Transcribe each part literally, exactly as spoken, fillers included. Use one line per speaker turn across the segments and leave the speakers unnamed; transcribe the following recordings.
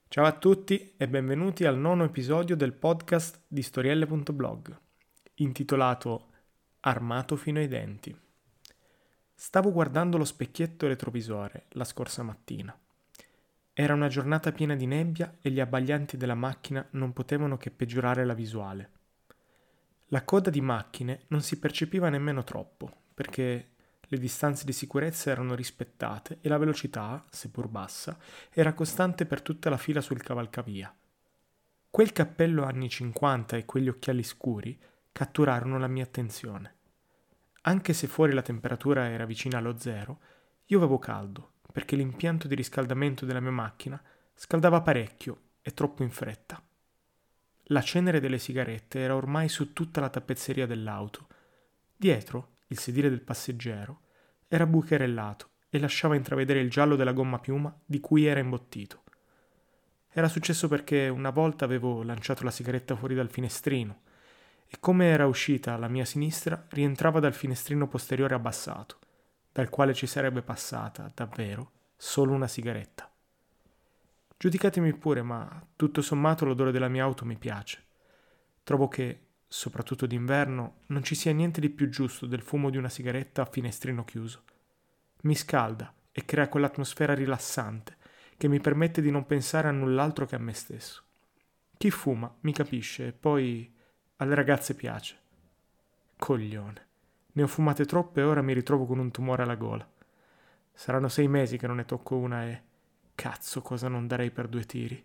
Ciao a tutti e benvenuti al nono episodio del podcast di storielle punto blog, intitolato Armato fino ai denti. Stavo guardando lo specchietto retrovisore la scorsa mattina. Era una giornata piena di nebbia e gli abbaglianti della macchina non potevano che peggiorare la visuale. La coda di macchine non si percepiva nemmeno troppo, perché le distanze di sicurezza erano rispettate e la velocità, seppur bassa, era costante per tutta la fila sul cavalcavia. Quel cappello anni cinquanta e quegli occhiali scuri catturarono la mia attenzione. Anche se fuori la temperatura era vicina allo zero, io avevo caldo, perché l'impianto di riscaldamento della mia macchina scaldava parecchio e troppo in fretta. La cenere delle sigarette era ormai su tutta la tappezzeria dell'auto. Dietro, il sedile del passeggero era bucherellato e lasciava intravedere il giallo della gomma piuma di cui era imbottito. Era successo perché una volta avevo lanciato la sigaretta fuori dal finestrino e come era uscita alla mia sinistra rientrava dal finestrino posteriore abbassato, dal quale ci sarebbe passata, davvero, solo una sigaretta. Giudicatemi pure, ma tutto sommato l'odore della mia auto mi piace. Trovo che, soprattutto d'inverno, non ci sia niente di più giusto del fumo di una sigaretta a finestrino chiuso. Mi scalda e crea quell'atmosfera rilassante che mi permette di non pensare a null'altro che a me stesso. Chi fuma mi capisce e poi alle ragazze piace. Coglione. Ne ho fumate troppe e ora mi ritrovo con un tumore alla gola. Saranno sei mesi che non ne tocco una e... Cazzo, cosa non darei per due tiri.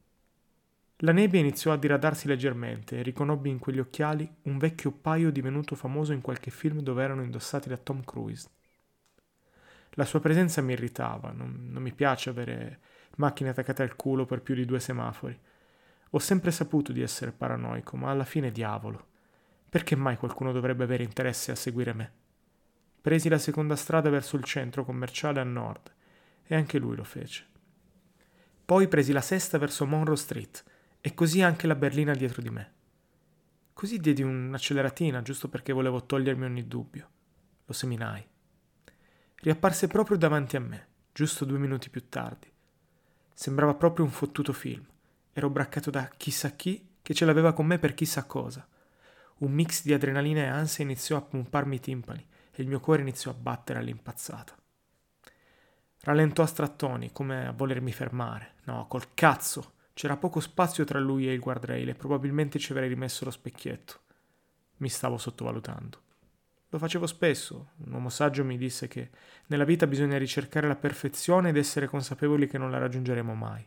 La nebbia iniziò a diradarsi leggermente e riconobbi in quegli occhiali un vecchio paio divenuto famoso in qualche film dove erano indossati da Tom Cruise. La sua presenza mi irritava, non, non mi piace avere macchine attaccate al culo per più di due semafori. Ho sempre saputo di essere paranoico, ma alla fine diavolo. Perché mai qualcuno dovrebbe avere interesse a seguire me? Presi la seconda strada verso il centro commerciale a nord e anche lui lo fece. Poi presi la sesta verso Monroe Street e così anche la berlina dietro di me. Così diedi un'acceleratina giusto perché volevo togliermi ogni dubbio. Lo seminai. Riapparse proprio davanti a me, giusto due minuti più tardi. Sembrava proprio un fottuto film. Ero braccato da chissà chi che ce l'aveva con me per chissà cosa. Un mix di adrenalina e ansia iniziò a pomparmi i timpani e il mio cuore iniziò a battere all'impazzata. Rallentò a strattoni, come a volermi fermare. No, col cazzo! C'era poco spazio tra lui e il guardrail e probabilmente ci avrei rimesso lo specchietto. Mi stavo sottovalutando. Lo facevo spesso. Un uomo saggio mi disse che nella vita bisogna ricercare la perfezione ed essere consapevoli che non la raggiungeremo mai.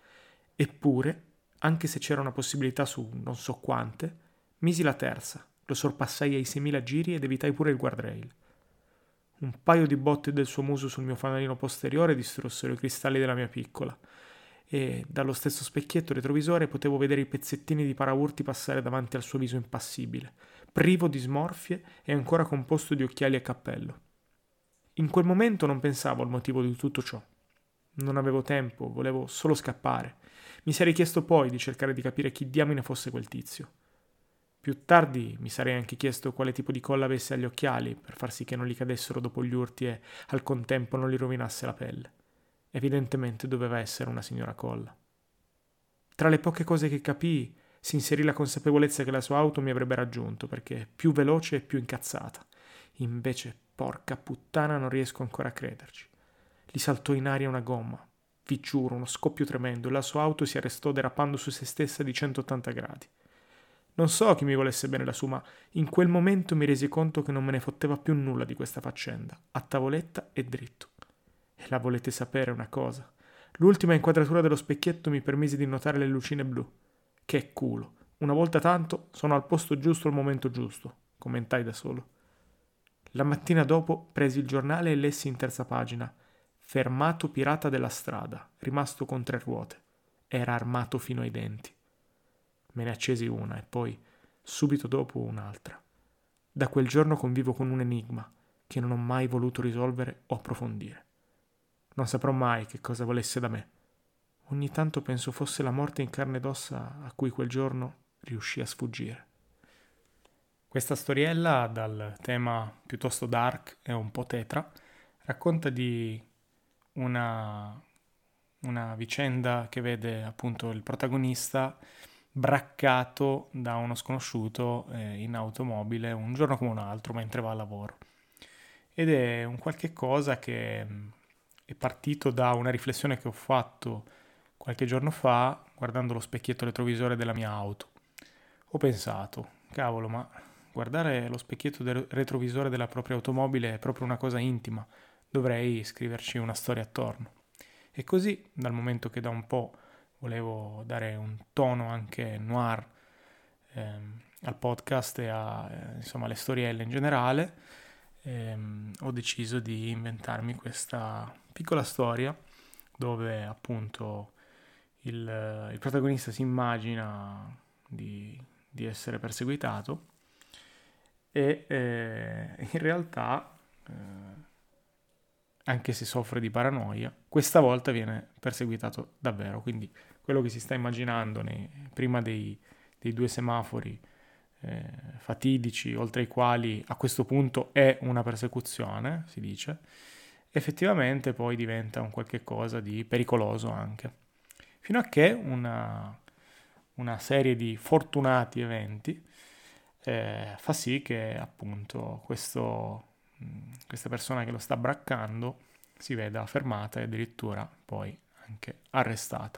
Eppure, anche se c'era una possibilità su non so quante, misi la terza, lo sorpassai ai seimila giri ed evitai pure il guardrail. Un paio di botte del suo muso sul mio fanalino posteriore distrussero i cristalli della mia piccola e dallo stesso specchietto retrovisore potevo vedere i pezzettini di paraurti passare davanti al suo viso impassibile, privo di smorfie e ancora composto di occhiali e cappello. In quel momento non pensavo al motivo di tutto ciò. Non avevo tempo, volevo solo scappare. Mi sarei chiesto poi di cercare di capire chi diamine fosse quel tizio. Più tardi mi sarei anche chiesto quale tipo di colla avesse agli occhiali per far sì che non gli cadessero dopo gli urti e al contempo non gli rovinasse la pelle. Evidentemente doveva essere una signora colla. Tra le poche cose che capii si inserì la consapevolezza che la sua auto mi avrebbe raggiunto perché più veloce e più incazzata. Invece, porca puttana, non riesco ancora a crederci. Gli saltò in aria una gomma. Vi giuro, uno scoppio tremendo e la sua auto si arrestò derapando su se stessa di centottanta gradi. Non so chi mi volesse bene lassù, ma in quel momento mi resi conto che non me ne fotteva più nulla di questa faccenda, a tavoletta e dritto. E la volete sapere una cosa? L'ultima inquadratura dello specchietto mi permise di notare le lucine blu. Che culo! Una volta tanto sono al posto giusto al momento giusto, commentai da solo. La mattina dopo presi il giornale e lessi in terza pagina: fermato pirata della strada, rimasto con tre ruote. Era armato fino ai denti. Me ne accesi una e poi, subito dopo, un'altra. Da quel giorno convivo con un enigma che non ho mai voluto risolvere o approfondire. Non saprò mai che cosa volesse da me. Ogni tanto penso fosse la morte in carne ed ossa a cui quel giorno riuscì a sfuggire. Questa storiella, dal tema piuttosto dark e un po' tetra, racconta di una una vicenda che vede appunto il protagonista braccato da uno sconosciuto eh, in automobile un giorno come un altro mentre va al lavoro. Ed è un qualche cosa che mh, è partito da una riflessione che ho fatto qualche giorno fa guardando lo specchietto retrovisore della mia auto. Ho pensato, cavolo, ma guardare lo specchietto del retrovisore della propria automobile è proprio una cosa intima, dovrei scriverci una storia attorno. E così, dal momento che da un po' volevo dare un tono anche noir ehm, al podcast e a, eh, insomma, alle storielle in generale, ehm, ho deciso di inventarmi questa piccola storia dove appunto il, il protagonista si immagina di, di essere perseguitato e eh, in realtà, eh, anche se soffre di paranoia, questa volta viene perseguitato davvero. Quindi quello che si sta immaginando nei, prima dei, dei due semafori eh, fatidici, oltre ai quali a questo punto è una persecuzione, si dice, effettivamente poi diventa un qualche cosa di pericoloso anche. Fino a che una, una serie di fortunati eventi eh, fa sì che appunto questo, mh, questa persona che lo sta braccando si veda fermata e addirittura poi anche arrestata.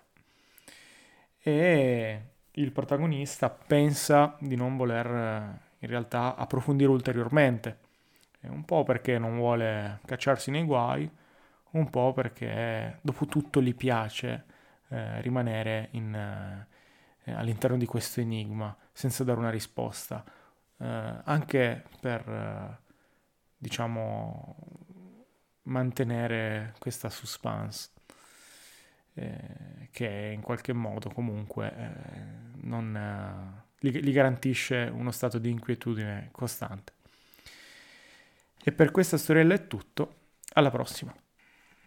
E il protagonista pensa di non voler eh, in realtà approfondire ulteriormente, eh, un po' perché non vuole cacciarsi nei guai, un po' perché dopo tutto gli piace eh, rimanere in, eh, all'interno di questo enigma senza dare una risposta, eh, anche per, eh, diciamo, mantenere questa suspense, eh, che in qualche modo comunque eh, non, eh, gli, gli garantisce uno stato di inquietudine costante. E per questa storiella è tutto, alla prossima.